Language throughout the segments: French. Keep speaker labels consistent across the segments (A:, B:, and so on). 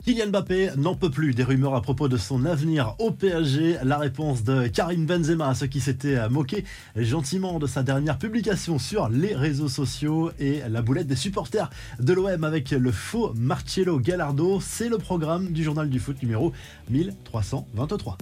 A: Kylian Mbappé n'en peut plus des rumeurs à propos de son avenir au PSG. La réponse de Karim Benzema à ceux qui s'étaient moqués gentiment de sa dernière publication sur les réseaux sociaux et la boulette des supporters de l'OM avec le faux Marcelo Gallardo. C'est le programme du journal du foot numéro 1323.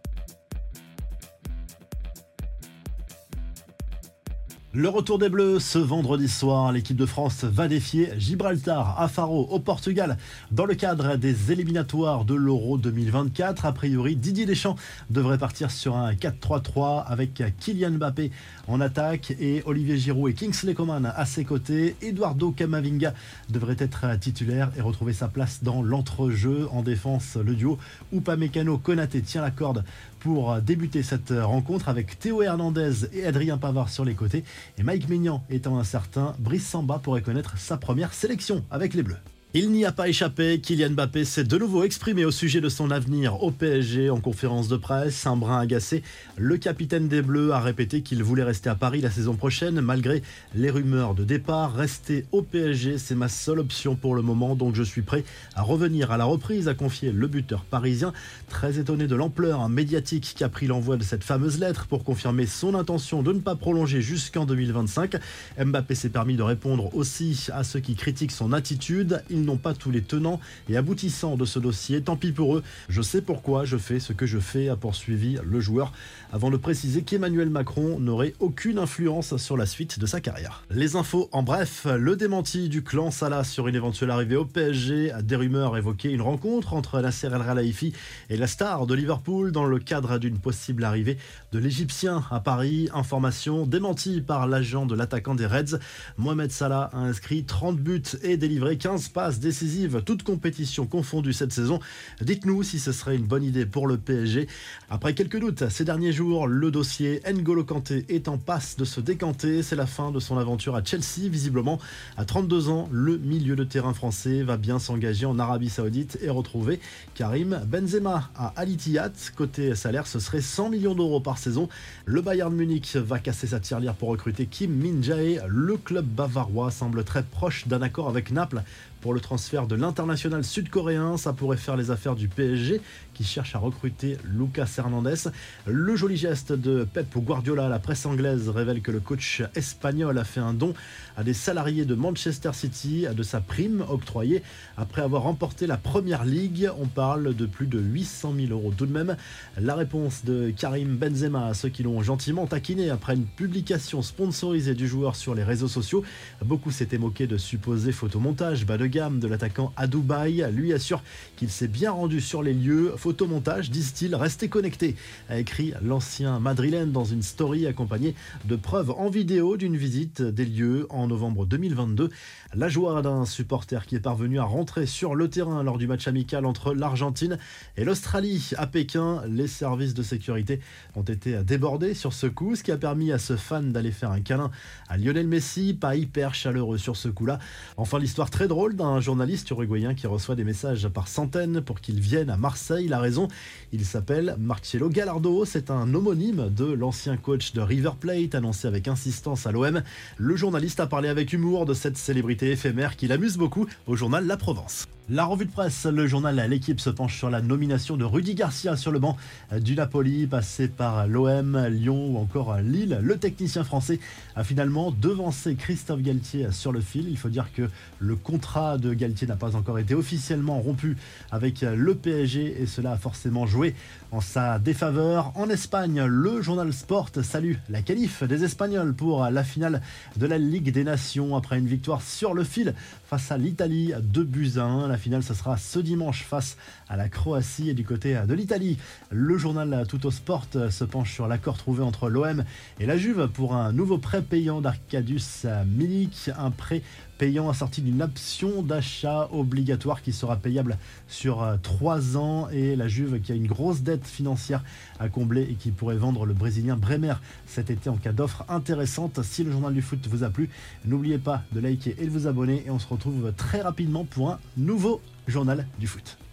A: Le retour des Bleus ce vendredi soir. L'équipe de France va défier Gibraltar à Faro au Portugal dans le cadre des éliminatoires de l'Euro 2024. A priori, Didier Deschamps devrait partir sur un 4-3-3 avec Kylian Mbappé en attaque et Olivier Giroud et Kingsley Coman à ses côtés. Eduardo Camavinga devrait être titulaire et retrouver sa place dans l'entrejeu. En défense, le duo Upamecano-Konaté tient la corde pour débuter cette rencontre avec Théo Hernandez et Adrien Pavard sur les côtés. Et Mike Maignan étant incertain, Brice Samba pourrait connaître sa première sélection avec les Bleus. Il n'y a pas échappé, Kylian Mbappé s'est de nouveau exprimé au sujet de son avenir au PSG en conférence de presse. Un brin agacé, le capitaine des Bleus a répété qu'il voulait rester à Paris la saison prochaine malgré les rumeurs de départ. Rester au PSG, c'est ma seule option pour le moment, donc je suis prêt à revenir à la reprise, a confié le buteur parisien. Très étonné de l'ampleur médiatique qu'a pris l'envoi de cette fameuse lettre pour confirmer son intention de ne pas prolonger jusqu'en 2025. Mbappé s'est permis de répondre aussi à ceux qui critiquent son attitude. Ils n'ont pas tous les tenants et aboutissants de ce dossier, tant pis pour eux. Je sais pourquoi je fais ce que je fais, a poursuivi le joueur, avant de préciser qu'Emmanuel Macron n'aurait aucune influence sur la suite de sa carrière. Les infos en bref, le démenti du clan Salah sur une éventuelle arrivée au PSG. Des rumeurs évoquaient une rencontre entre Nasser El Khelaifi et la star de Liverpool dans le cadre d'une possible arrivée de l'Égyptien à Paris. Information démentie par l'agent de l'attaquant des Reds. Mohamed Salah a inscrit 30 buts et délivré 15 passes décisives, toutes compétitions confondues cette saison. Dites-nous si ce serait une bonne idée pour le PSG. Après quelques doutes ces derniers jours, le dossier N'Golo Kanté est en passe de se décanter. C'est la fin de son aventure à Chelsea. Visiblement, à 32 ans, le milieu de terrain français va bien s'engager en Arabie Saoudite et retrouver Karim Benzema à Al Ittihad. Côté salaire, ce serait 100 millions d'euros par saison. Le Bayern Munich va casser sa tirelire pour recruter Kim Min-jae. Le club bavarois semble très proche d'un accord avec Naples pour le transfert de l'international sud-coréen. Ça pourrait faire les affaires du PSG qui cherche à recruter Lucas Hernandez. Le joli geste de Pep Guardiola, la presse anglaise révèle que le coach espagnol a fait un don à des salariés de Manchester City de sa prime octroyée après avoir remporté la Première Ligue. On parle de plus de 800 000 euros. Tout de même, la réponse de Karim Benzema à ceux qui l'ont gentiment taquiné après une publication sponsorisée du joueur sur les réseaux sociaux. Beaucoup s'étaient moqués de supposés photomontages bas de gamme de l'attaquant à Dubaï. Lui assure qu'il s'est bien rendu sur les lieux. Photomontage, disent-ils, restez connectés, a écrit l'ancien madrilène dans une story accompagnée de preuves en vidéo d'une visite des lieux en novembre 2022. La joie d'un supporter qui est parvenu à rentrer sur le terrain lors du match amical entre l'Argentine et l'Australie à Pékin. Les services de sécurité ont été débordés sur ce coup, ce qui a permis à ce fan d'aller faire un câlin à Lionel Messi, pas hyper chaleureux sur ce coup-là. Enfin, l'histoire très drôle d'un journaliste uruguayen qui reçoit des messages par centaines pour qu'il vienne à Marseille. La raison, il s'appelle Marcelo Gallardo, c'est un homonyme de l'ancien coach de River Plate, annoncé avec insistance à l'OM. Le journaliste a parlé avec humour de cette célébrité éphémère qui l'amuse beaucoup au journal La Provence. La revue de presse, le journal L'Équipe se penche sur la nomination de Rudy Garcia sur le banc du Napoli, passé par l'OM, Lyon ou encore Lille. Le technicien français a finalement devancé Christophe Galtier sur le fil. Il faut dire que le contrat de Galtier n'a pas encore été officiellement rompu avec le PSG et cela a forcément joué en sa défaveur. En Espagne, le journal Sport salue la qualif des Espagnols pour la finale de la Ligue des Nations après une victoire sur le fil face à l'Italie, 2-1. La finale, ce sera ce dimanche face à la Croatie et du côté de l'Italie. Le journal Tutto Sport se penche sur l'accord trouvé entre l'OM et la Juve pour un nouveau prêt payant d'Arkadiusz Milik, un prêt payant assorti d'une option d'achat obligatoire qui sera payable sur 3 ans et la Juve qui a une grosse dette financière à combler et qui pourrait vendre le Brésilien Bremer cet été en cas d'offre intéressante. Si le journal du foot vous a plu, n'oubliez pas de liker et de vous abonner et on se retrouve très rapidement pour un nouveau journal du foot.